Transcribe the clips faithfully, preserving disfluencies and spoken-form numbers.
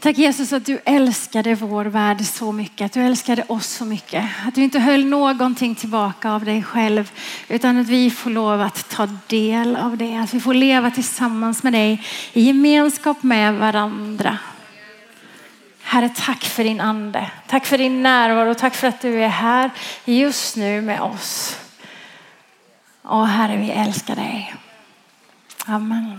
Tack Jesus att du älskade vår värld så mycket. Att du älskade oss så mycket. Att du inte höll någonting tillbaka av dig själv. Utan att vi får lov att ta del av det. Att vi får leva tillsammans med dig i gemenskap med varandra. Herre, tack för din ande. Tack för din närvaro. Tack för att du är här just nu med oss. Åh Herre, vi älskar dig. Amen.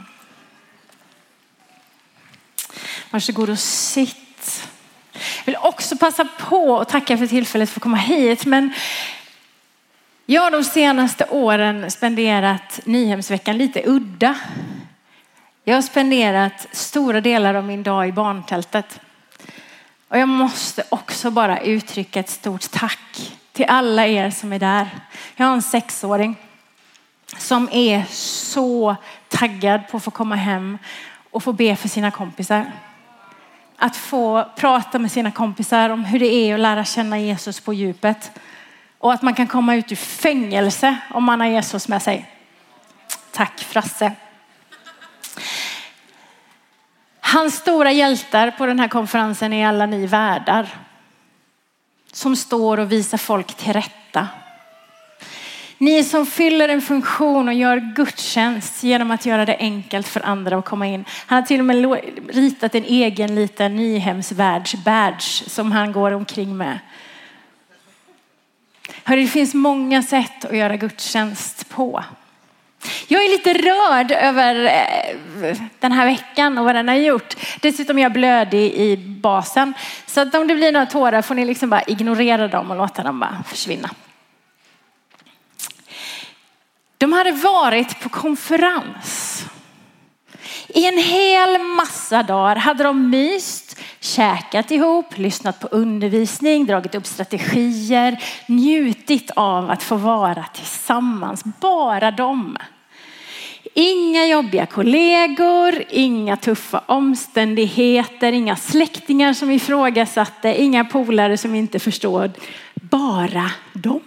Varsågod och sitt. Jag vill också passa på att tacka för tillfället för att komma hit. Men jag har de senaste åren spenderat Nyhemsveckan lite udda. Jag har spenderat stora delar av min dag i barntältet. Och jag måste också bara uttrycka ett stort tack till alla er som är där. Jag har en sexåring som är så taggad på att få komma hem och få be för sina kompisar. Att få prata med sina kompisar om hur det är att lära känna Jesus på djupet. Och att man kan komma ut ur fängelse om man har Jesus med sig. Tack Frasse. Hans stora hjältar på den här konferensen är alla ni värdar. Som står och visar folk till rätta. Ni som fyller en funktion och gör gudstjänst genom att göra det enkelt för andra att komma in. Han har till och med ritat en egen liten Nyhemsvärlds-badge som han går omkring med. Hörde, det finns många sätt att göra gudstjänst på. Jag är lite rörd över den här veckan och vad den har gjort. Dessutom är jag blödig i basen. Så att om det blir några tårar får ni liksom bara ignorera dem och låta dem bara försvinna. De hade varit på konferens. I en hel massa dagar hade de myst, käkat ihop, lyssnat på undervisning, dragit upp strategier, njutit av att få vara tillsammans. Bara de. Inga jobbiga kollegor, inga tuffa omständigheter, inga släktingar som ifrågasatte, inga polare som inte förstod. Bara de.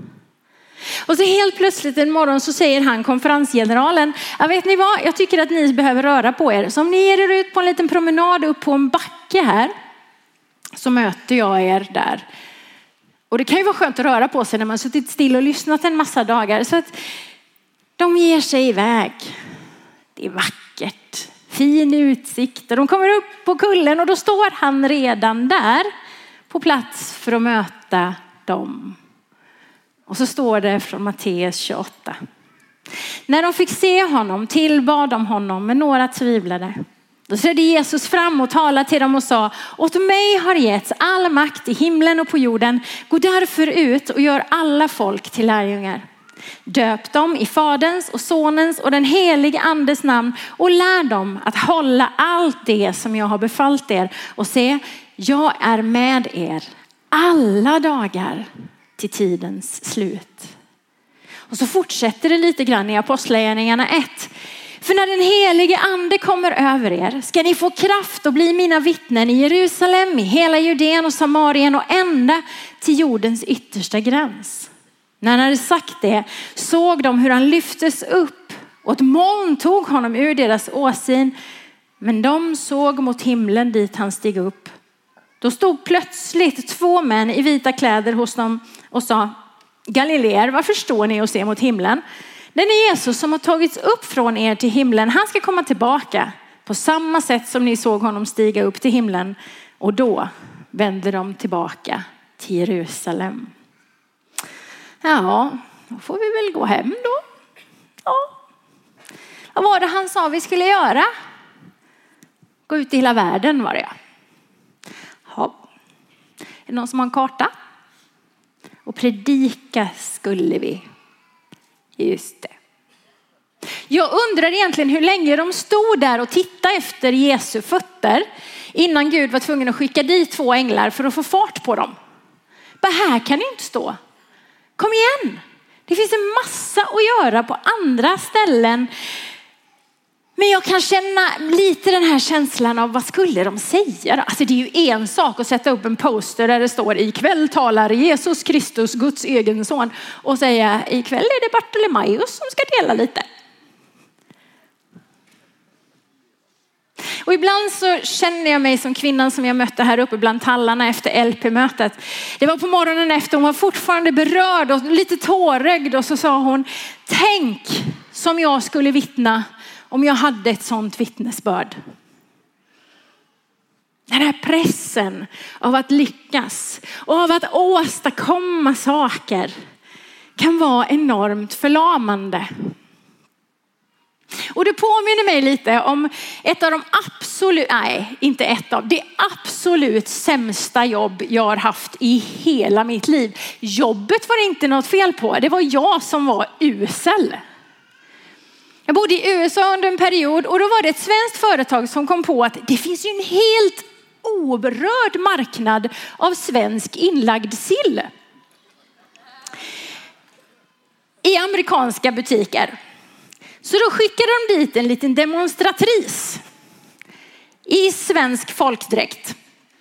Och så helt plötsligt en morgon så säger han, konferensgeneralen, jag vet ni vad, jag tycker att ni behöver röra på er. Så om ni ger er ut på en liten promenad upp på en backe här så möter jag er där. Och det kan ju vara skönt att röra på sig när man suttit still och lyssnat en massa dagar. Så att de ger sig iväg. Det är vackert, fin utsikt. Och de kommer upp på kullen och då står han redan där på plats för att möta dem. Och så står det från Matteus tjugoåtta. När de fick se honom tillbad de honom, men några tvivlade. Då trädde Jesus fram och talade till dem och sa: åt mig har getts all makt i himlen och på jorden. Gå därför ut och gör alla folk till lärjungar. Döp dem i Faderns och Sonens och den helige Andes namn och lär dem att hålla allt det som jag har befallt er. Och se, jag är med er alla dagar till tidens slut. Och så fortsätter det lite grann i Apostlagärningarna ett. För när den helige ande kommer över er ska ni få kraft att bli mina vittnen i Jerusalem, i hela Judeen och Samarien och ända till jordens yttersta gräns. När han hade sagt det såg de hur han lyftes upp och ett moln tog honom ur deras åsyn. Men de såg mot himlen dit han steg upp. Då stod plötsligt två män i vita kläder hos dem och sa: Galileer, varför står ni och ser mot himlen? Den är Jesus som har tagits upp från er till himlen. Han ska komma tillbaka på samma sätt som ni såg honom stiga upp till himlen. Och då vänder de tillbaka till Jerusalem. Ja, då får vi väl gå hem då. Ja. Vad var det han sa vi skulle göra? Gå ut i hela världen var det. Ja. Är det någon som har en karta? Och predika skulle vi. Just det. Jag undrar egentligen hur länge de stod där och tittade efter Jesu fötter innan Gud var tvungen att skicka dit två änglar för att få fart på dem. Men här kan ni inte stå. Kom igen. Det finns en massa att göra på andra ställen. Men jag kan känna lite den här känslan av vad skulle de säga? Alltså det är ju en sak att sätta upp en poster där det står: ikväll talar Jesus Kristus, Guds egen son. Och säga: ikväll är det Bartolomeus som ska dela lite. Och ibland så känner jag mig som kvinnan som jag mötte här uppe bland tallarna efter L P-mötet. Det var på morgonen efter, hon var fortfarande berörd och lite tårögd, och så sa hon: tänk som jag skulle vittna om jag hade ett sånt vittnesbörd. Den här pressen av att lyckas och av att åstadkomma saker kan vara enormt förlamande. Och det påminner mig lite om ett av de absolut, nej inte ett av, det absolut sämsta jobb jag har haft i hela mitt liv. Jobbet var det inte något fel på, det var jag som var usel. Jag bodde i U S A under en period, och då var det ett svenskt företag som kom på att det finns ju en helt oberörd marknad av svensk inlagd sill i amerikanska butiker. Så då skickade de dit en liten demonstratris i svensk folkdräkt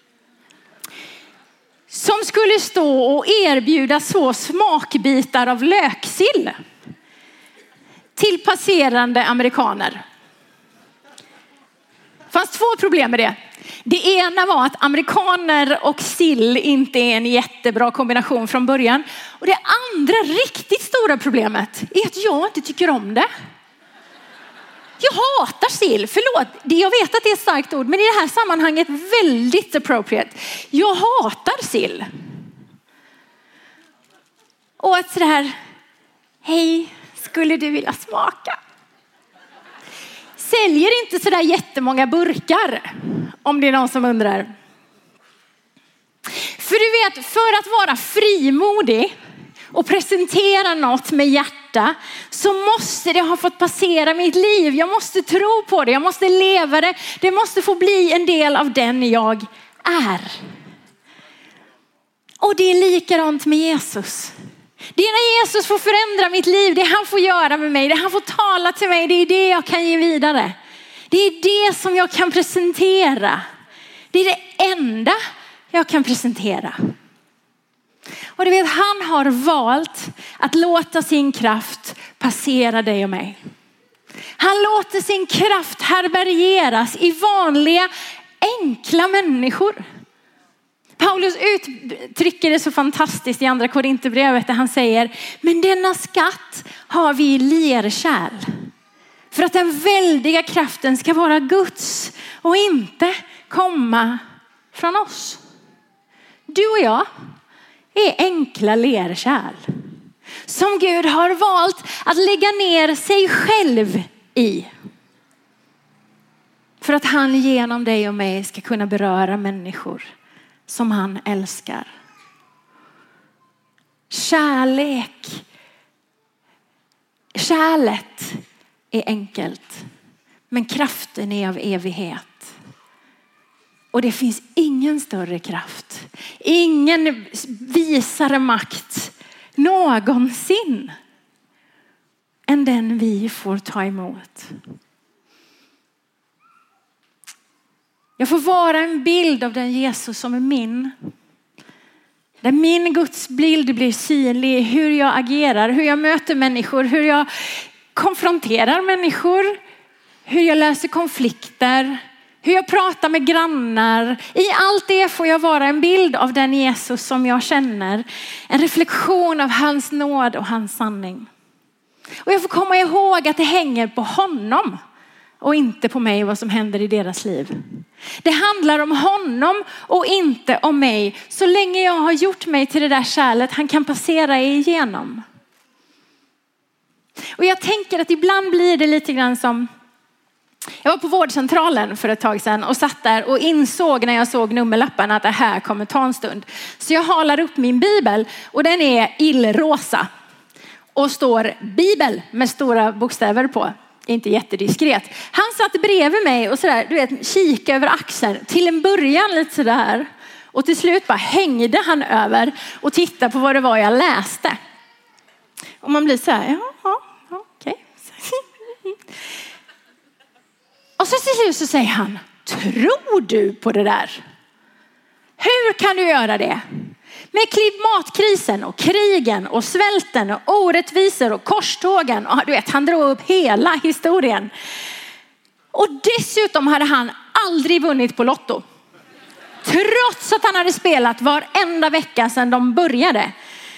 som skulle stå och erbjuda så smakbitar av löksill till passerande amerikaner. Det fanns två problem med det. Det ena var att amerikaner och sill inte är en jättebra kombination från början. Och det andra riktigt stora problemet är att jag inte tycker om det. Jag hatar sill, förlåt. Jag vet att det är ett starkt ord, men i det här sammanhanget väldigt appropriate. Jag hatar sill. Och att sådär, hej, skulle du vilja smaka? Säljer inte sådär jättemånga burkar, om det är någon som undrar. För du vet, för att vara frimodig och presentera något med hjärta, så måste det ha fått passera mitt liv. Jag måste tro på det, jag måste leva det. Det måste få bli en del av den jag är. Och det är likadant med Jesus. Det är när Jesus får förändra mitt liv, det han får göra med mig, det han får tala till mig, det är det jag kan ge vidare. Det är det som jag kan presentera. Det är det enda jag kan presentera. Och du vet, han har valt att låta sin kraft passera dig och mig. Han låter sin kraft härbärgeras i vanliga, enkla människor. Paulus uttrycker det så fantastiskt i andra Korinthierbrevet där han säger: men denna skatt har vi i lerkärl, för att den väldiga kraften ska vara Guds och inte komma från oss. Du och jag är enkla lerkärl som Gud har valt att lägga ner sig själv i, för att han genom dig och mig ska kunna beröra människor som han älskar. Kärlek. Kärlet är enkelt, men kraften är av evighet. Och det finns ingen större kraft, ingen visare makt någonsin än den vi får ta emot. Jag får vara en bild av den Jesus som är min. Där min Guds bild blir synlig, hur jag agerar, hur jag möter människor, hur jag konfronterar människor, hur jag löser konflikter, hur jag pratar med grannar. I allt det får jag vara en bild av den Jesus som jag känner. En reflektion av hans nåd och hans sanning. Och jag får komma ihåg att det hänger på honom och inte på mig vad som händer i deras liv. Det handlar om honom och inte om mig. Så länge jag har gjort mig till det där kärlet han kan passera igenom. Och jag tänker att ibland blir det lite grann som... Jag var på vårdcentralen för ett tag sedan och satt där och insåg när jag såg nummerlappen att det här kommer ta en stund. Så jag halar upp min bibel och den är illrosa. Och står bibel med stora bokstäver på. Inte jättediskret. Han satt bredvid mig och sådär, du vet, kika över axeln. Till en början lite sådär. Och till slut bara hängde han över och tittade på vad det var jag läste. Och man blir så här, ja, ja, okej. Okay. Och så till slut så säger han, tror du på det där? Hur kan du göra det? Med klimatkrisen och krigen och svälten och orättvisor och korstågen. Och du vet, han drog upp hela historien. Och dessutom hade han aldrig vunnit på Lotto. Trots att han hade spelat varenda vecka sedan de började.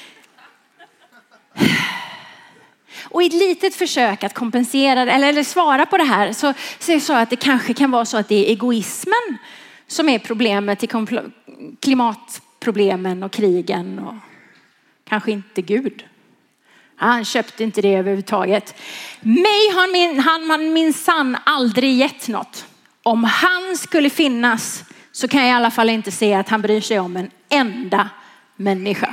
Och i ett litet försök att kompensera eller, eller svara på det här så, så är det så att det kanske kan vara så att det är egoismen som är problemet i kompl- klimatproblemen och krigen och kanske inte Gud. Han köpte inte det överhuvudtaget. Mig har min, han man minsann aldrig gett något. Om han skulle finnas så kan jag i alla fall inte se att han bryr sig om en enda människa.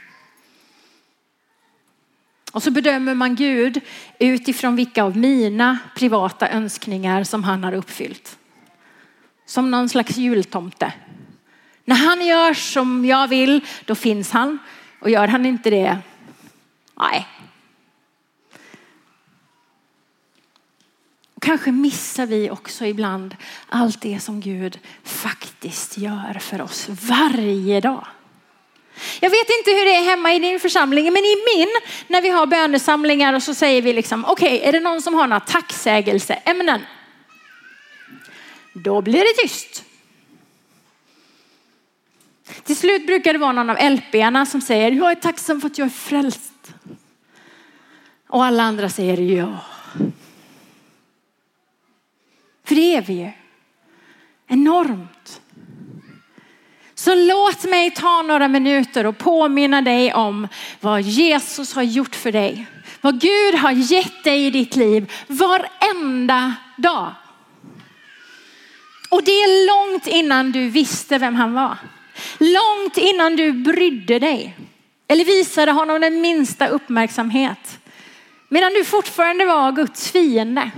Och så bedömer man Gud utifrån vilka av mina privata önskningar som han har uppfyllt. Som någon slags jultomte. När han gör som jag vill, då finns han. Och gör han inte det, nej. Och kanske missar vi också ibland allt det som Gud faktiskt gör för oss varje dag. Jag vet inte hur det är hemma i din församling, men i min, när vi har bönesamlingar och så säger vi liksom, okej, okay, är det någon som har några tacksägelseämnen? Då blir det tyst. Till slut brukar det vara någon av L P-arna som säger, jag är tacksam för att jag är frälst. Och alla andra säger ja. För det är vi ju. Enormt. Så låt mig ta några minuter och påminna dig om vad Jesus har gjort för dig. Vad Gud har gett dig i ditt liv varenda dag. Och det är långt innan du visste vem han var. Långt innan du brydde dig. Eller visade honom den minsta uppmärksamhet. Medan du fortfarande var Guds fiende.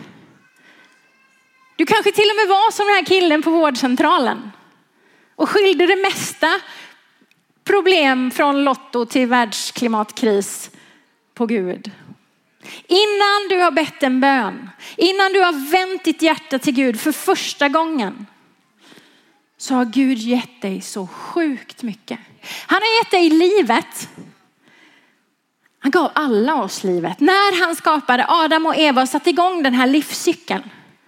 Du kanske till och med var som den här killen på vårdcentralen. Och skyllde det mesta problem från Lotto till världsklimatkris på Gud. Innan du har bett en bön. Innan du har vänt ditt hjärta till Gud för första gången. Så har Gud gett dig så sjukt mycket. Han har gett dig livet. Han gav alla oss livet. När han skapade Adam och Eva och satte igång den här livscykeln.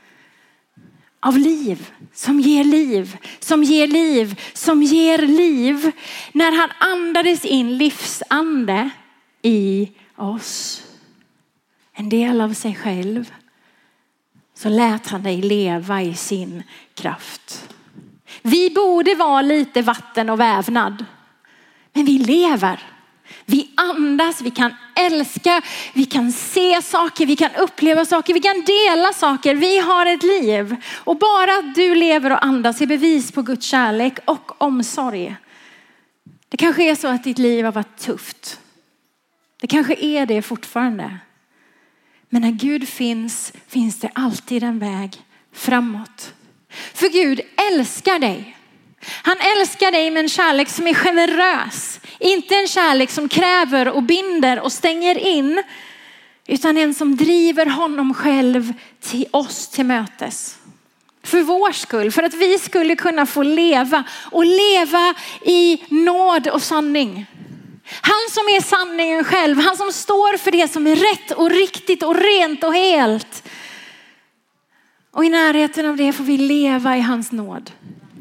Av liv, som ger liv, som ger liv, som ger liv. När han andades in livsande i oss. En del av sig själv. Så lät han dig leva i sin kraft. Vi borde vara lite vatten och vävnad. Men vi lever. Vi andas, vi kan älska, vi kan se saker, vi kan uppleva saker, vi kan dela saker. Vi har ett liv. Och bara att du lever och andas är bevis på Guds kärlek och omsorg. Det kanske är så att ditt liv har varit tufft. Det kanske är det fortfarande. Men när Gud finns, finns det alltid en väg framåt. För Gud älskar dig. Han älskar dig med en kärlek som är generös. Inte en kärlek som kräver och binder och stänger in. Utan en som driver honom själv till oss till mötes. För vår skull. För att vi skulle kunna få leva. Och leva i nåd och sanning. Han som är sanningen själv. Han som står för det som är rätt och riktigt och rent och helt. Och i närheten av det får vi leva i hans nåd.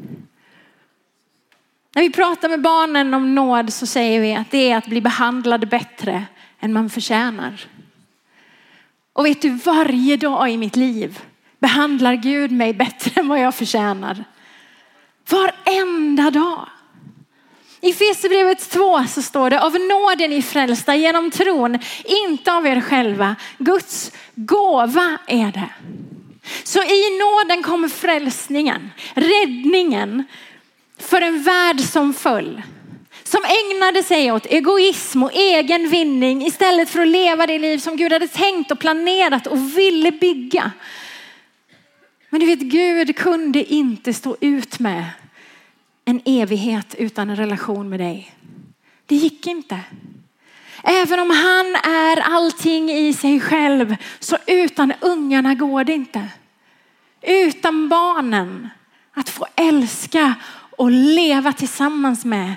När vi pratar med barnen om nåd så säger vi att det är att bli behandlad bättre än man förtjänar. Och vet du, varje dag i mitt liv behandlar Gud mig bättre än vad jag förtjänar. Varenda dag. I Efesierbrevet två så står det, av nåden är frälsta genom tron, inte av er själva. Guds gåva är det. Så i nåden kommer frälsningen, räddningen för en värld som föll. Som ägnade sig åt egoism och egen vinning istället för att leva det liv som Gud hade tänkt och planerat och ville bygga. Men du vet, Gud kunde inte stå ut med en evighet utan en relation med dig. Det gick inte. Även om han är allting i sig själv, så utan ungarna går det inte. Utan barnen att få älska och leva tillsammans med,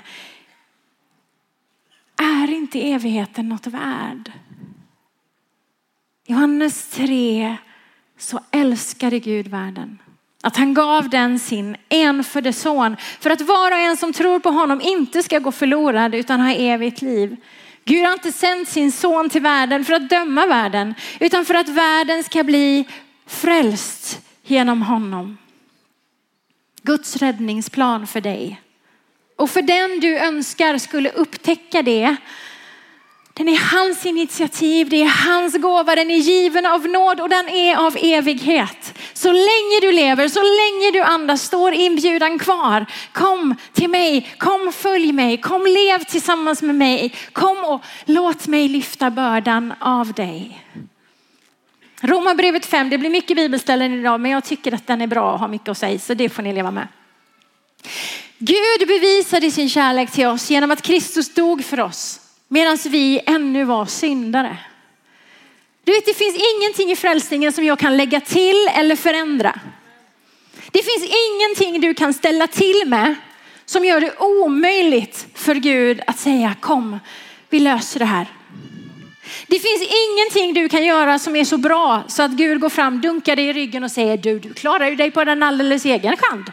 är inte evigheten något värd? Johannes tre så älskade Gud världen att han gav den sin enfödde son för att var och en som tror på honom inte ska gå förlorad utan ha evigt liv. Gud har inte sänt sin son till världen för att döma världen utan för att världen ska bli frälst genom honom. Guds räddningsplan för dig och för den du önskar skulle upptäcka det. Den är hans initiativ, det är hans gåva, den är given av nåd och den är av evighet. Så länge du lever, så länge du andas står inbjudan kvar. Kom till mig, kom följ mig, kom lev tillsammans med mig. Kom och låt mig lyfta bördan av dig. Romarbrevet fem, det blir mycket bibelställen idag men jag tycker att den är bra och har mycket att säga så det får ni leva med. Gud bevisade sin kärlek till oss genom att Kristus dog för oss. Medan vi ännu var syndare. Du vet, det finns ingenting i frälsningen som jag kan lägga till eller förändra. Det finns ingenting du kan ställa till med som gör det omöjligt för Gud att säga kom, vi löser det här. Det finns ingenting du kan göra som är så bra så att Gud går fram, dunkar dig i ryggen och säger du, du klarar ju dig på den alldeles egen hand.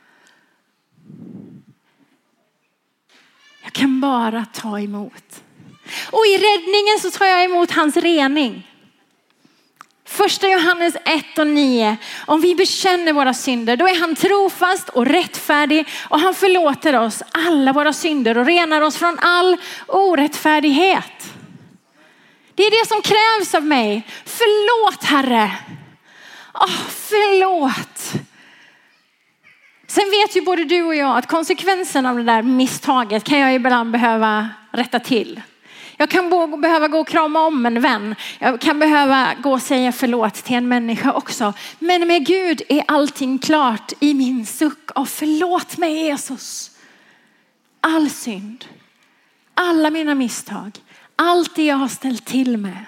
Jag kan bara ta emot. Och i räddningen så tar jag emot hans rening. Första Johannes ett och nio. Om vi bekänner våra synder då är han trofast och rättfärdig. Och han förlåter oss alla våra synder och renar oss från all orättfärdighet. Det är det som krävs av mig. Förlåt Herre. Åh, förlåt. Sen vet ju både du och jag att konsekvensen av det där misstaget kan jag ibland behöva rätta till. Jag kan behöva gå och krama om en vän. Jag kan behöva gå och säga förlåt till en människa också. Men med Gud är allting klart i min suck av förlåt mig Jesus. All synd, alla mina misstag, allt det jag har ställt till med.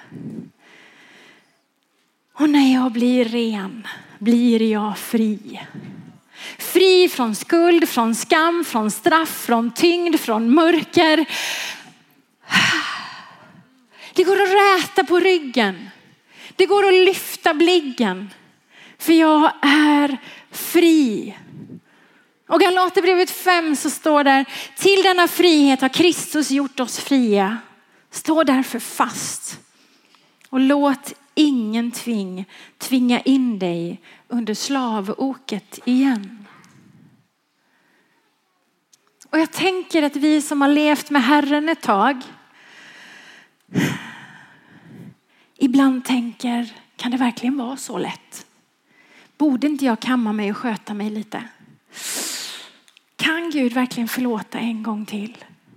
Och när jag blir ren blir jag fri. Fri från skuld, från skam, från straff, från tyngd, från mörker. Det går att räta på ryggen. Det går att lyfta blicken. För jag är fri. Och Galaterbrevet fem så står där. Till denna frihet har Kristus gjort oss fria. Stå därför fast. Och låt ingen tving tvinga in dig under slavoket igen. Och jag tänker att vi som har levt med Herren ett tag ibland tänker, kan det verkligen vara så lätt? Borde inte jag kamma mig och sköta mig lite? Kan Gud verkligen förlåta en gång till?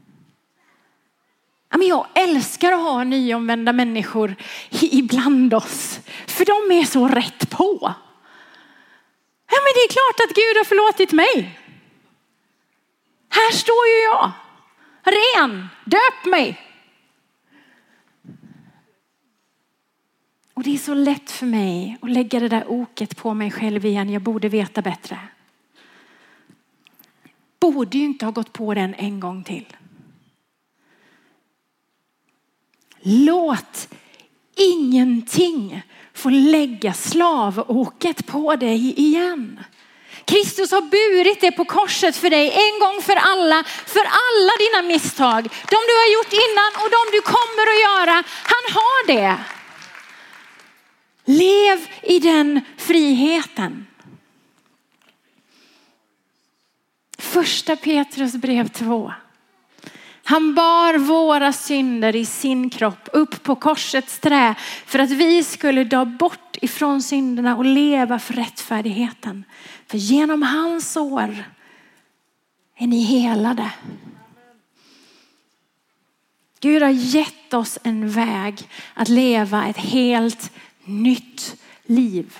Jag älskar att ha nyomvända människor ibland oss. För de är så rätt på. Ja, men det är klart att Gud har förlåtit mig. Här står ju jag. Ren. Döp mig. Och det är så lätt för mig att lägga det där oket på mig själv igen. Jag borde veta bättre. Borde ju inte ha gått på den en gång till. Låt ingenting få lägga slavoket på dig igen. Kristus har burit det på korset för dig en gång för alla. För alla dina misstag. De du har gjort innan och de du kommer att göra. Han har det. Lev i den friheten. Första Petrus brev två. Han bar våra synder i sin kropp upp på korsets trä för att vi skulle dra bort ifrån synderna och leva för rättfärdigheten. För genom hans sår är ni helade. Gud har gett oss en väg att leva ett helt nytt liv.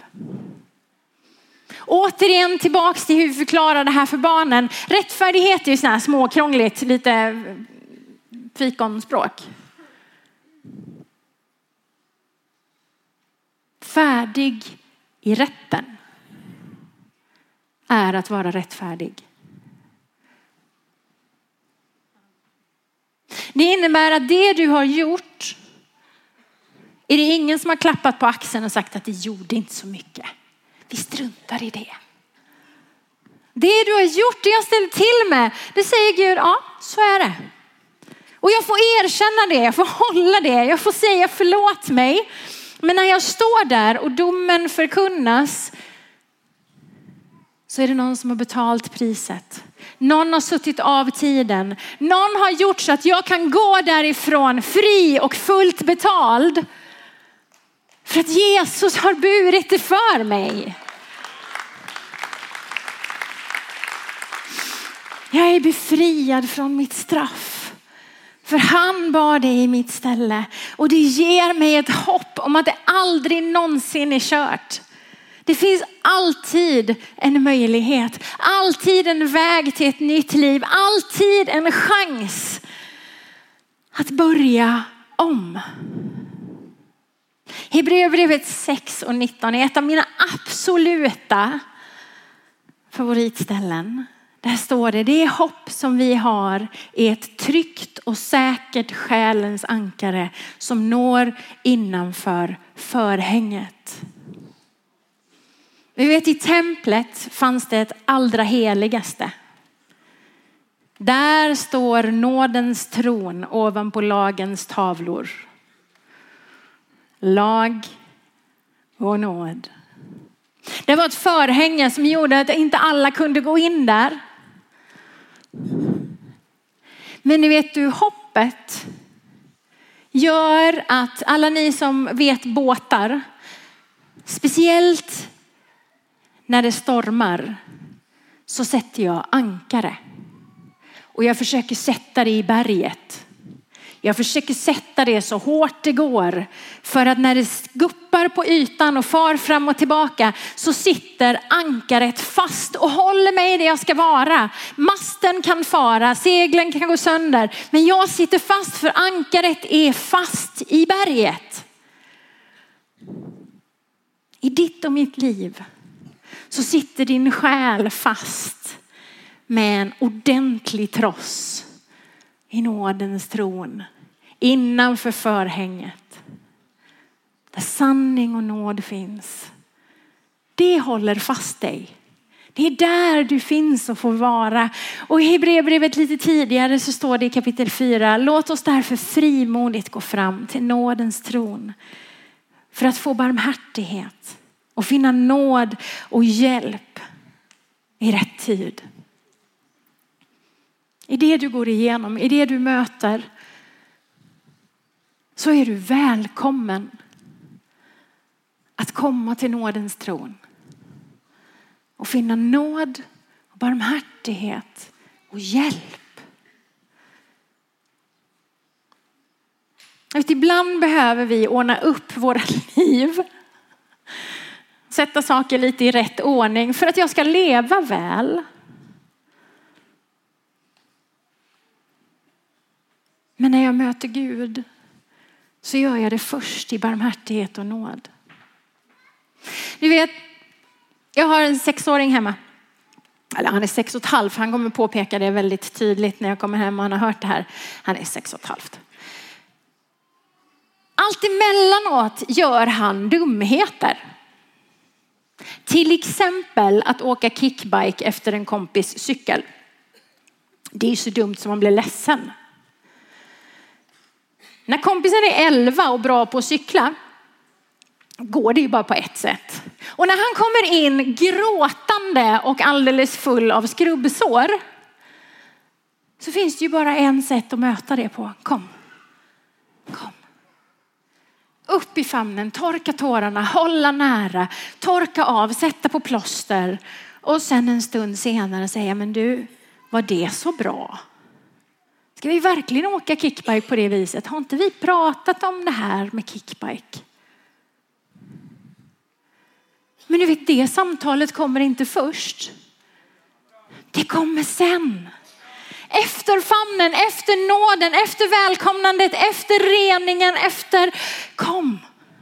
Återigen tillbaks till hur vi förklarar det här för barnen. Rättfärdighet är ju sån här småkrångligt, lite fikonspråk. Färdig i rätten är att vara rättfärdig. Det innebär att det du har gjort Är det ingen som har klappat på axeln och sagt att det gjorde inte så mycket? Vi struntar i det. Det du har gjort, det jag ställt till med, det säger Gud, ja så är det. Och jag får erkänna det, jag får hålla det, jag får säga förlåt mig. Men när jag står där och domen förkunnas så är det någon som har betalt priset. Någon har suttit av tiden. Någon har gjort så att jag kan gå därifrån fri och fullt betald. För att Jesus har burit det för mig. Jag är befriad från mitt straff. För han bar det i mitt ställe. Och det ger mig ett hopp om att det aldrig någonsin är kört. Det finns alltid en möjlighet. Alltid en väg till ett nytt liv. Alltid en chans att börja om. Hebreerbrevet sex och nitton är ett av mina absoluta favoritställen. Där står det, det är hopp som vi har är ett tryggt och säkert själens ankare som når innanför förhänget. Vi vet i templet fanns det ett allra heligaste. Där står nådens tron ovanpå lagens tavlor. Lag och nåd. Det var ett förhänge som gjorde att inte alla kunde gå in där. Men ni vet du, hoppet gör att alla ni som vet båtar, speciellt när det stormar, så sätter jag ankare. Och jag försöker sätta det i berget. Jag försöker sätta det så hårt det går. För att när det guppar på ytan och far fram och tillbaka så sitter ankaret fast och håller mig där jag ska vara. Masten kan fara, seglen kan gå sönder. Men jag sitter fast för ankaret är fast i berget. I ditt och mitt liv så sitter din själ fast med en ordentlig tross i nådens tron. Innanför förhänget. Där sanning och nåd finns. Det håller fast dig. Det är där du finns och får vara. Och i Hebreerbrevet lite tidigare så står det i kapitel fyra. Låt oss därför frimodigt gå fram till nådens tron. För att få barmhärtighet. Och finna nåd och hjälp i rätt tid. I det du går igenom, i det du möter, så är du välkommen att komma till nådens tron. Och finna nåd och barmhärtighet och hjälp. Att ibland behöver vi ordna upp våra liv. Sätta saker lite i rätt ordning för att jag ska leva väl. Men när jag möter Gud så gör jag det först i barmhärtighet och nåd. Ni vet, jag har en sexåring hemma. Eller han är sex och ett halvt. Han kommer påpeka det väldigt tydligt när jag kommer hem och han har hört det här. Han är sex och ett halvt. Allt emellanåt gör han dumheter. Till exempel att åka kickbike efter en kompis cykel. Det är så dumt som man blir ledsen. När kompisen är elva och bra på att cykla går det ju bara på ett sätt. Och när han kommer in gråtande och alldeles full av skrubbsår så finns det ju bara en sätt att möta det på. Kom. Kom. Upp i famnen, torka tårarna, hålla nära, torka av, sätta på plåster. Och sen en stund senare säga, men du, var det så bra? Ska vi verkligen åka kickbike på det viset? Har inte vi pratat om det här med kickbike? Men du vet, det samtalet kommer inte först. Det kommer sen. Efter famnen, efter nåden, efter välkomnandet, efter reningen, efter kom.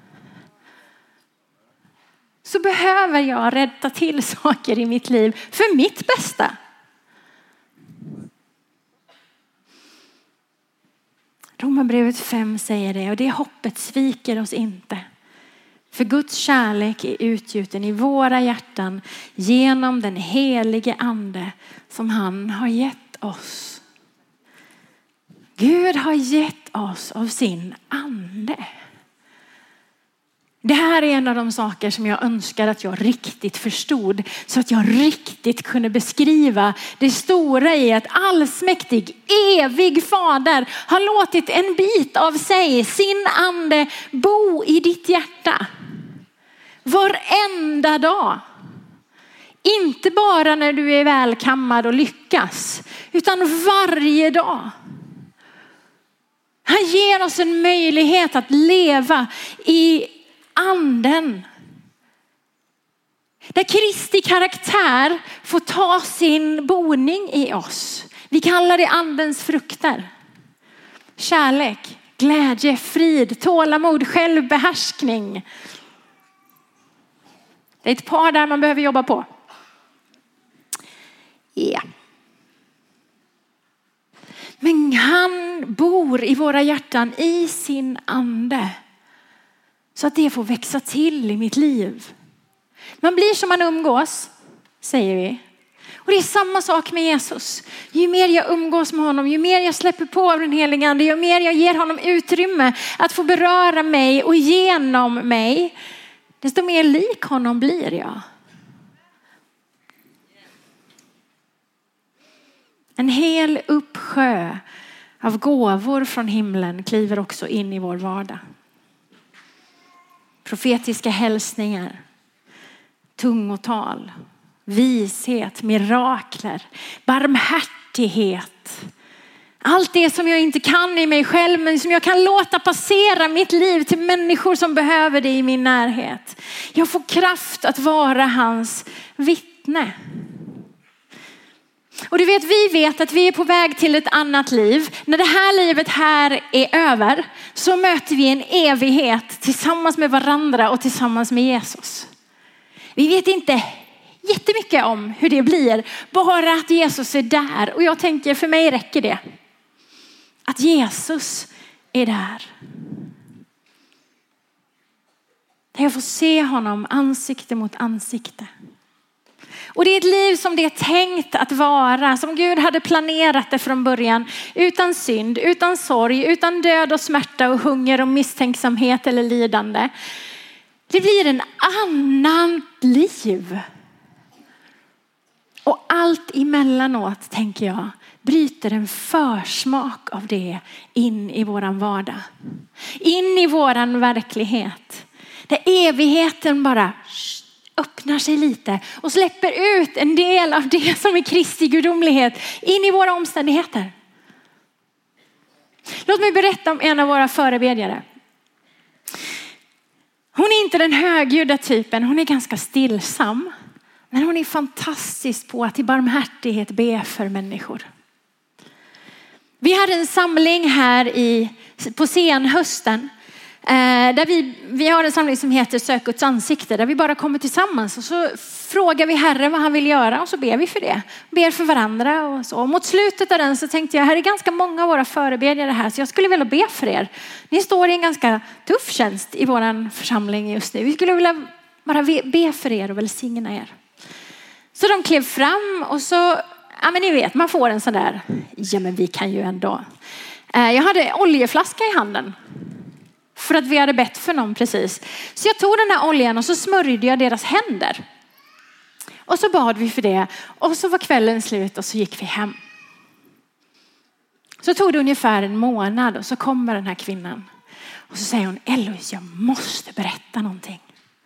Så behöver jag rätta till saker i mitt liv för mitt bästa. Romarbrevet fem säger det, och det hoppet sviker oss inte. För Guds kärlek är utgjuten i våra hjärtan genom den helige ande som han har gett oss. Gud har gett oss av sin ande. Det här är en av de saker som jag önskar att jag riktigt förstod, så att jag riktigt kunde beskriva det stora i att allsmäktig, evig fader har låtit en bit av sig, sin ande, bo i ditt hjärta. Varenda dag. Inte bara när du är välkammad och lyckas, utan varje dag. Han ger oss en möjlighet att leva i anden. Där Kristi karaktär får ta sin boning i oss. Vi kallar det andens frukter. Kärlek, glädje, frid, tålamod, självbehärskning. Det är ett par där man behöver jobba på. Ja. Men han bor i våra hjärtan i sin ande. Så att det får växa till i mitt liv. Man blir som man umgås, säger vi. Och det är samma sak med Jesus. Ju mer jag umgås med honom, ju mer jag släpper på av den heliga ande, ju mer jag ger honom utrymme att få beröra mig och genom mig, desto mer lik honom blir jag. En hel uppsjö av gåvor från himlen kliver också in i vår vardag. Profetiska hälsningar, tungotal, vishet, mirakler, barmhärtighet. Allt det som jag inte kan i mig själv, men som jag kan låta passera mitt liv till människor som behöver det i min närhet. Jag får kraft att vara hans vittne. Och du vet, vi vet att vi är på väg till ett annat liv. När det här livet här är över så möter vi en evighet tillsammans med varandra och tillsammans med Jesus. Vi vet inte jättemycket om hur det blir, bara att Jesus är där. Och jag tänker, för mig räcker det. Att Jesus är där. Där jag får se honom ansikte mot ansikte. Och det är ett liv som det är tänkt att vara, som Gud hade planerat det från början. Utan synd, utan sorg, utan död och smärta och hunger och misstänksamhet eller lidande. Det blir en annan liv. Och allt emellanåt, tänker jag, bryter en försmak av det in i våran vardag. In i våran verklighet. Där evigheten bara öppnar sig lite och släpper ut en del av det som är Kristi gudomlighet in i våra omständigheter. Låt mig berätta om en av våra förebedjare. Hon är inte den högljudda typen, hon är ganska stillsam. Men hon är fantastisk på att i barmhärtighet be för människor. Vi hade en samling här i, på senhösten. Eh, där vi, vi har en samling som heter Sök Guds ansikte. Där vi bara kommer tillsammans och så frågar vi Herren vad han vill göra. Och så ber vi för det. Ber för varandra och så. Och mot slutet av den så tänkte jag, här är ganska många av våra förebedjare här. Så jag skulle vilja be för er. Ni står i en ganska tuff tjänst i vår församling just nu. Vi skulle vilja bara be för er och välsigna er. Så de klev fram och så, ja men ni vet, man får en sån där, ja men vi kan ju ändå. Jag hade oljeflaska i handen. För att vi hade bett för någon precis. Så jag tog den här oljan och så smörjde jag deras händer. Och så bad vi för det. Och så var kvällen slut och så gick vi hem. Så tog det ungefär en månad och så kommer den här kvinnan. Och så säger hon, Eloise, jag måste berätta någonting.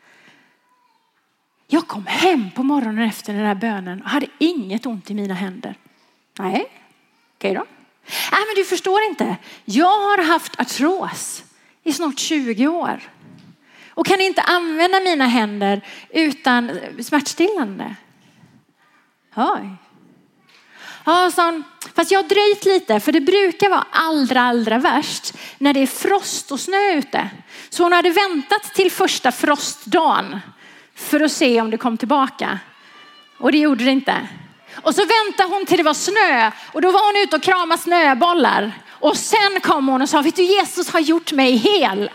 Jag kom hem på morgonen efter den här bönen och hade inget ont i mina händer. Nej, okej då. Nej, men du förstår inte. Jag har haft artros i snart tjugo år. Och kan inte använda mina händer utan smärtstillande. Oj. Ja, så, fast jag har dröjt lite, för det brukar vara allra, allra värst när det är frost och snö ute. Så hon hade väntat till första frostdagen för att se om det kom tillbaka. Och det gjorde det inte. Och så väntade hon till det var snö. Och då var hon ute och kramade snöbollar. Och sen kom hon och sa, vet du, Jesus har gjort mig hel.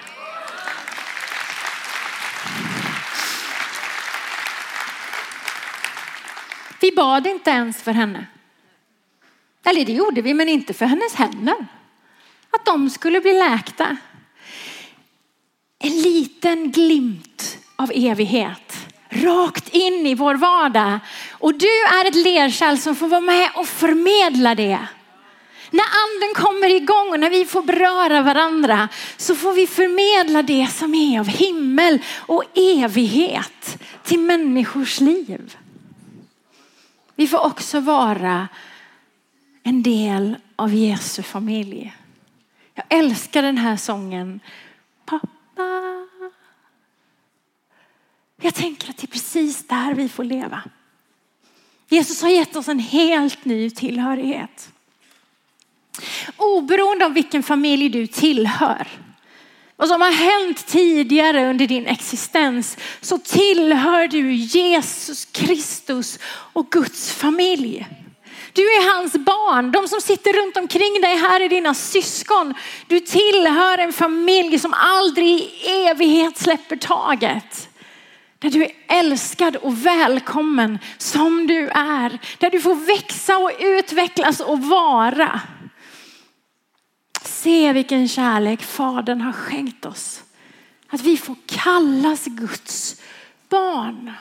Vi bad inte ens för henne. Eller det gjorde vi, men inte för hennes händer. Att de skulle bli läkta. En liten glimt av evighet. Rakt in i vår vardag. Och du är ett lerkärl som får vara med och förmedla det. När anden kommer igång och när vi får beröra varandra så får vi förmedla det som är av himmel och evighet till människors liv. Vi får också vara en del av Jesu familj. Jag älskar den här sången. Pappa. Jag tänker att det är precis där vi får leva. Jesus har gett oss en helt ny tillhörighet. Oberoende av vilken familj du tillhör. Vad som har hänt tidigare under din existens. Så tillhör du Jesus Kristus och Guds familj. Du är hans barn. De som sitter runt omkring dig här är dina syskon. Du tillhör en familj som aldrig i evighet släpper taget. Där du är älskad och välkommen som du är. Där du får växa och utvecklas och vara. Se vilken kärlek Fadern har skänkt oss. Att vi får kallas Guds barn.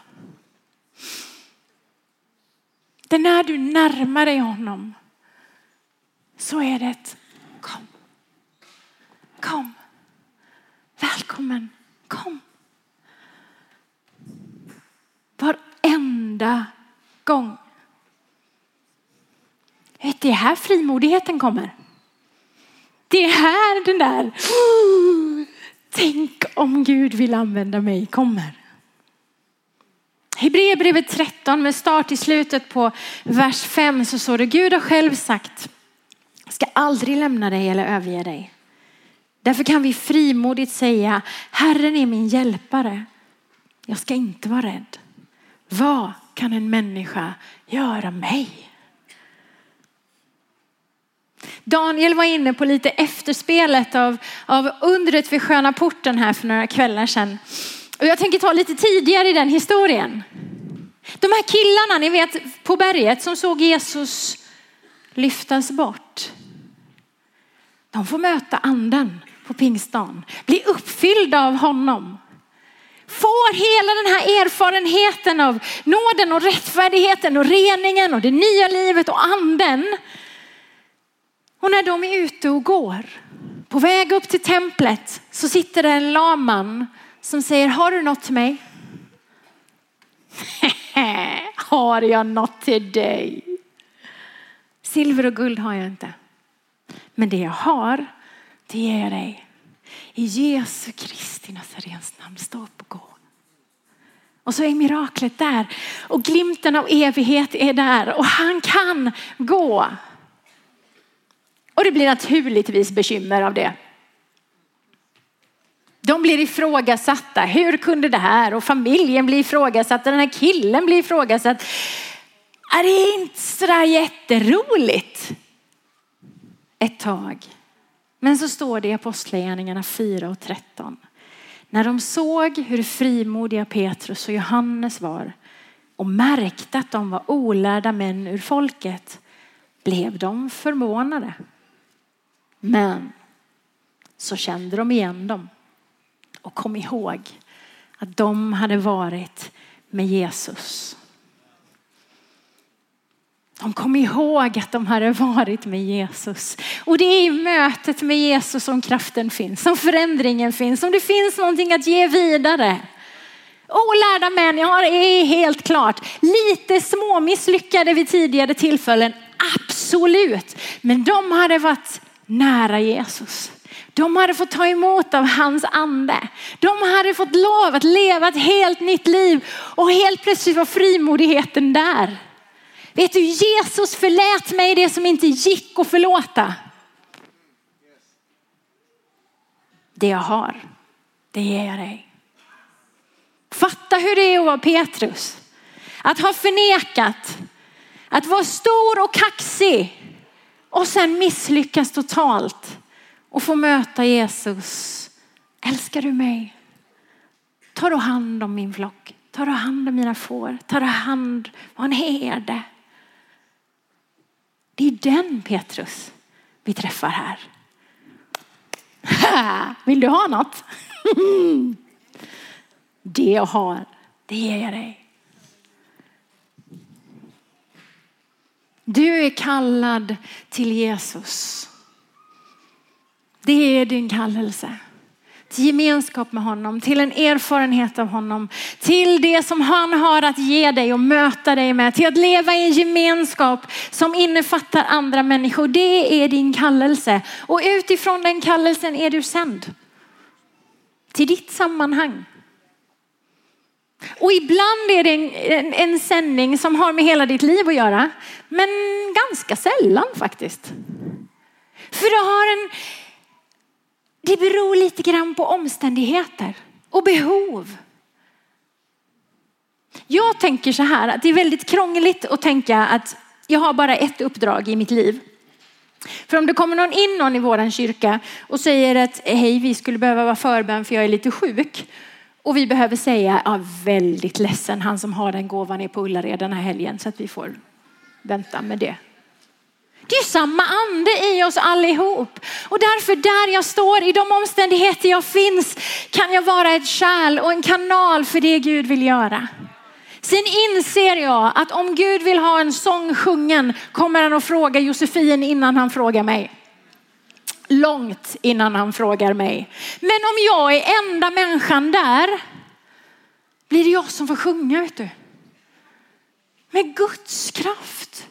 Det när du närmar dig honom så är det ett kom. Kom. Välkommen. Kom. Varenda gång. Vet, det är här frimodigheten kommer. Det är här den där oh, tänk om Gud vill använda mig kommer. Hebreerbrevet tretton med start i slutet på vers fem så står det: Gud har själv sagt, ska aldrig lämna dig eller överge dig. Därför kan vi frimodigt säga, Herren är min hjälpare. Jag ska inte vara rädd. Vad kan en människa göra mig? Daniel var inne på lite efterspelet av, av undret vid Sköna porten här för några kvällar sedan. Och jag tänker ta lite tidigare i den historien. De här killarna, ni vet, på berget som såg Jesus lyftas bort. De får möta anden på pingstdagen. Bli uppfyllda av honom. Får hela den här erfarenheten av nåden och rättfärdigheten och reningen och det nya livet och anden. Och när de är ute och går på väg upp till templet så sitter det en laman som säger, har du något till mig? Har jag något till dig? Silver och guld har jag inte. Men det jag har, det ger jag dig. I Jesu Kristi Nazarens namn, stå upp och gå. Och så är miraklet där. Och glimten av evighet är där. Och han kan gå. Och det blir naturligtvis bekymmer av det. De blir ifrågasatta. Hur kunde det här? Och familjen blir ifrågasatt. Den här killen blir ifrågasatt. Är det inte sådär jätteroligt? Ett tag. Men så står det i Apostlagärningarna fyra och tretton. När de såg hur frimodiga Petrus och Johannes var och märkte att de var olärda män ur folket, blev de förvånade. Men så kände de igen dem och kom ihåg att de hade varit med Jesus. De kom ihåg att de hade varit med Jesus. Och det är i mötet med Jesus som kraften finns. Som förändringen finns. Som det finns någonting att ge vidare. Olärda män, ja det är helt klart. Lite små misslyckade vid tidigare tillfällen. Absolut. Men de hade varit nära Jesus. De hade fått ta emot av hans ande. De hade fått lov att leva ett helt nytt liv. Och helt plötsligt var frimodigheten där. Vet du, Jesus förlät mig det som inte gick att förlåta. Det jag har, det ger jag dig. Fatta hur det är att vara Petrus. Att ha förnekat. Att vara stor och kaxig och sen misslyckas totalt och få möta Jesus. Älskar du mig? Tar du hand om min flock? Tar du hand om mina får? Tar du hand om en herde? Det är den Petrus vi träffar här. Vill du ha något? Det jag har, det ger jag dig. Du är kallad till Jesus. Det är din kallelse. Till gemenskap med honom, till en erfarenhet av honom, till det som han har att ge dig och möta dig med, till att leva i en gemenskap som innefattar andra människor. Det är din kallelse. Och utifrån den kallelsen är du sänd till ditt sammanhang. Och ibland är det en, en, en sändning som har med hela ditt liv att göra, men ganska sällan faktiskt. För du har en Det beror lite grann på omständigheter och behov. Jag tänker så här att det är väldigt krångligt att tänka att jag har bara ett uppdrag i mitt liv. För om det kommer någon in någon i våran kyrka och säger att hej, vi skulle behöva vara förbön för jag är lite sjuk. Och vi behöver säga, ja, väldigt ledsen, han som har den gåvan är på Ullared den här helgen så att vi får vänta med det. Det är samma ande i oss allihop. Och därför där jag står, i de omständigheter jag finns, kan jag vara ett kärl och en kanal för det Gud vill göra. Sen inser jag att om Gud vill ha en sång sjungen kommer han att fråga Josefin innan han frågar mig. Långt innan han frågar mig. Men om jag är enda människan där, blir det jag som får sjunga, vet du. Med Guds kraft.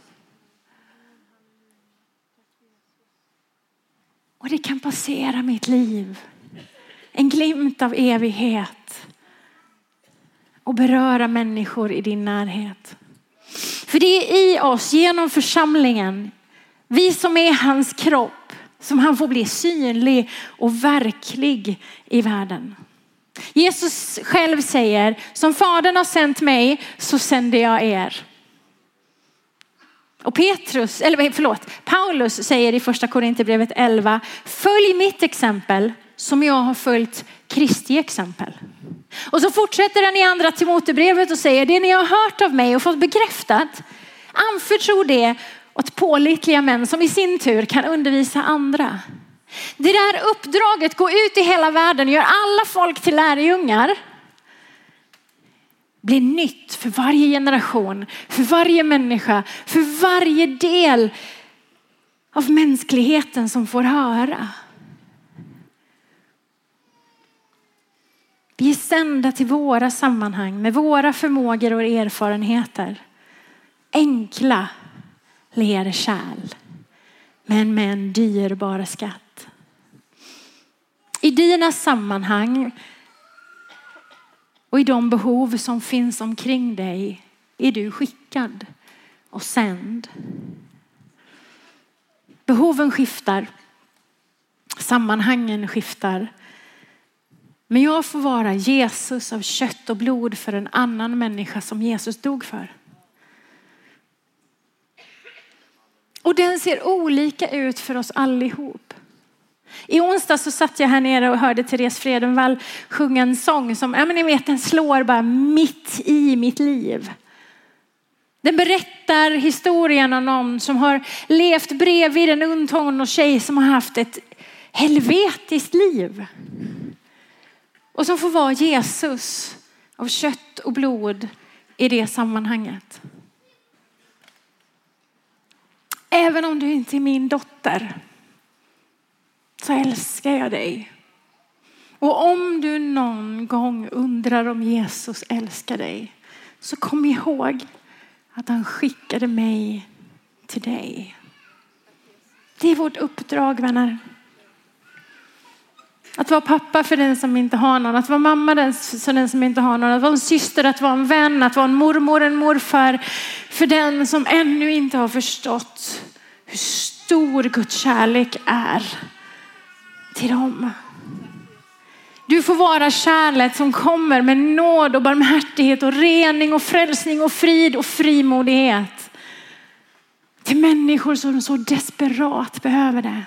Och det kan passera mitt liv. En glimt av evighet. Och beröra människor i din närhet. För det är i oss, genom församlingen, vi som är hans kropp, som han får bli synlig och verklig i världen. Jesus själv säger, som Fadern har sänt mig så sänder jag er. Och Petrus, eller förlåt, Paulus säger i första Korinthierbrevet elva, följ mitt exempel som jag har följt Kristi exempel. Och så fortsätter han i andra Timoteusbrevet och säger, det ni har hört av mig och fått bekräftat, anförtro det åt pålitliga män som i sin tur kan undervisa andra. Det där uppdraget, gå ut i hela världen och gör alla folk till lärjungar, blir nytt för varje generation, för varje människa, för varje del av mänskligheten som får höra. Vi är sända till våra sammanhang med våra förmågor och erfarenheter. Enkla lerkärl, men med en dyrbar skatt. I dina sammanhang och i de behov som finns omkring dig är du skickad och sänd. Behoven skiftar. Sammanhangen skiftar. Men jag får vara Jesus av kött och blod för en annan människa som Jesus dog för. Och den ser olika ut för oss allihop. I onsdag så satt jag här nere och hörde Therese Fredenvall sjunga en sång som, ja men ni vet, den slår bara mitt i mitt liv. Den berättar historien om någon som har levt bredvid en ung tonårstjej som har haft ett helvetiskt liv. Och som får vara Jesus av kött och blod i det sammanhanget. Även om du inte är min dotter så älskar jag dig. Och om du någon gång undrar om Jesus älskar dig, så kom ihåg att han skickade mig till dig. Det är vårt uppdrag, vänner. Att vara pappa för den som inte har någon. Att vara mamma för den som inte har någon. Att vara en syster, att vara en vän. Att vara en mormor, en morfar. För den som ännu inte har förstått hur stor Guds kärlek är till dem. Du får vara kärlek som kommer med nåd och barmhärtighet och rening och frälsning och frid och frimodighet. Till människor som så desperat behöver det.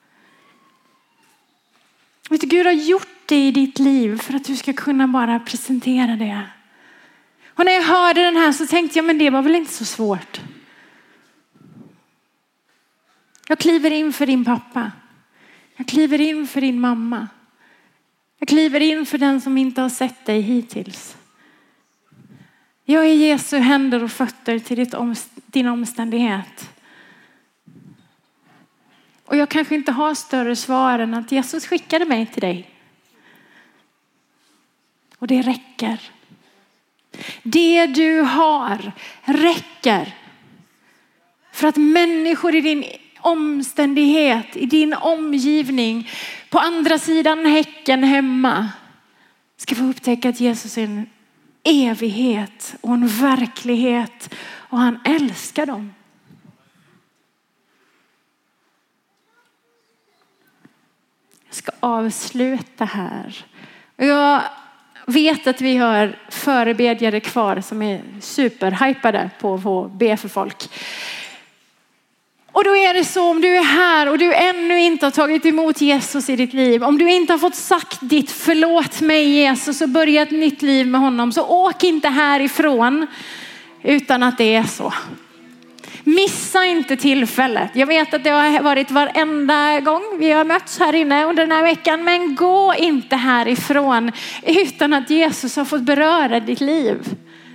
Vet du, Gud har gjort det i ditt liv för att du ska kunna bara presentera det. Och när jag hörde den här så tänkte jag, men det var väl inte så svårt. Jag kliver in för din pappa. Jag kliver in för din mamma. Jag kliver in för den som inte har sett dig hittills. Jag är Jesu händer och fötter till ditt om, din omständighet. Och jag kanske inte har större svar än att Jesus skickade mig till dig. Och det räcker. Det du har räcker. För att människor i din omständighet, i din omgivning, på andra sidan häcken hemma, ska få upptäcka att Jesus är en evighet och en verklighet. Och han älskar dem. Jag ska avsluta här. Jag vet att vi har förebedjare kvar som är superhypade på att be för folk. Och då är det så, om du är här och du ännu inte har tagit emot Jesus i ditt liv. Om du inte har fått sagt ditt förlåt mig Jesus och börja ett nytt liv med honom. Så åk inte härifrån utan att det är så. Missa inte tillfället. Jag vet att det har varit varenda gång vi har mötts här inne under den här veckan. Men gå inte härifrån utan att Jesus har fått beröra ditt liv.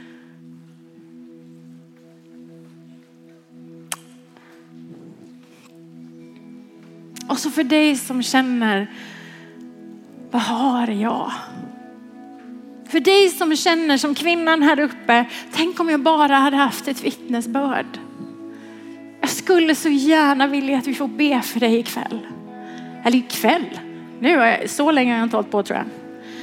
Och så för dig som känner, vad har jag? För dig som känner som kvinnan här uppe, tänk om jag bara hade haft ett vittnesbörd. Jag skulle så gärna vilja att vi får be för dig ikväll. Eller ikväll. Nu är jag, så länge har jag inte hållit på tror jag.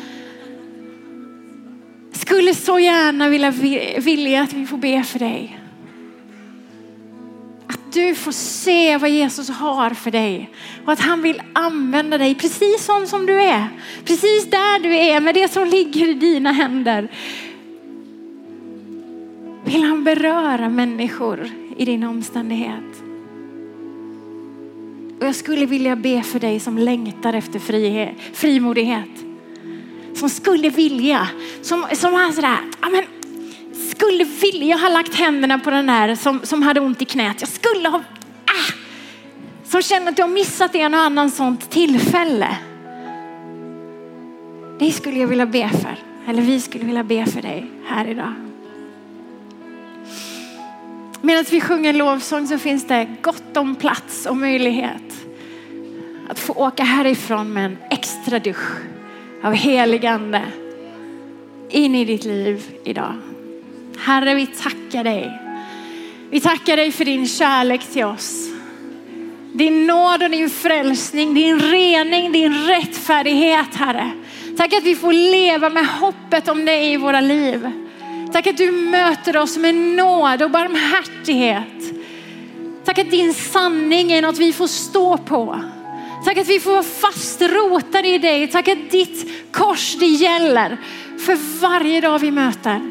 Skulle så gärna vilja, vilja att vi får be för dig. Att du får se vad Jesus har för dig. Och att han vill använda dig precis sån som du är. Precis där du är med det som ligger i dina händer. Vill han beröra människor i din omständighet. Och jag skulle vilja be för dig som längtar efter frihet, frimodighet. Som skulle vilja. Som, som har sådär, ja men skulle vilja ha lagt händerna på den där som, som hade ont i knät. Jag skulle ha, ah, som känner att jag har missat en och annan sånt tillfälle. Det skulle jag vilja be för. Eller vi skulle vilja be för dig här idag. Medan vi sjunger lovsång så finns det gott om plats och möjlighet att få åka härifrån med en extra dusch av heligande in i ditt liv idag. Herre, vi tackar dig. Vi tackar dig för din kärlek till oss. Din nåd och din frälsning, din rening, din rättfärdighet, Herre. Tack att vi får leva med hoppet om dig i våra liv. Tack att du möter oss med nåd och barmhärtighet. Tack att din sanning är något vi får stå på. Tack att vi får vara fast rotade i dig. Tack att ditt kors det gäller för varje dag vi möter.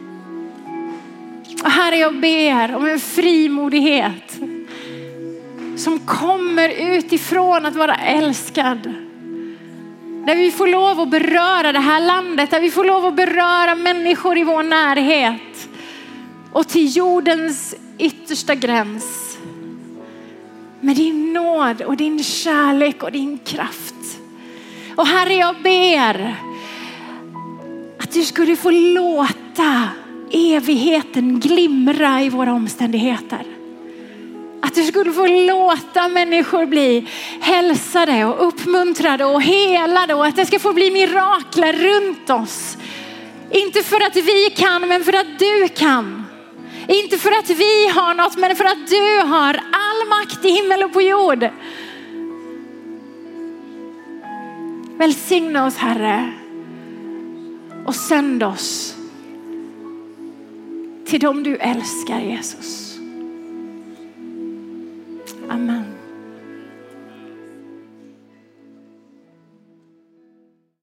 Och Herre, jag ber om en frimodighet som kommer utifrån att vara älskad. Där vi får lov att beröra det här landet. Där vi får lov att beröra människor i vår närhet. Och till jordens yttersta gräns. Med din nåd och din kärlek och din kraft. Och Herre, jag ber att du skulle få låta evigheten glimra i våra omständigheter. Att du skulle få låta människor bli hälsade och uppmuntrade och helade. Och att det ska få bli mirakler runt oss. Inte för att vi kan, men för att du kan. Inte för att vi har något, men för att du har all makt i himmel och på jord. Välsigna oss, Herre. Och sänd oss till dem du älskar, Jesus. Amen.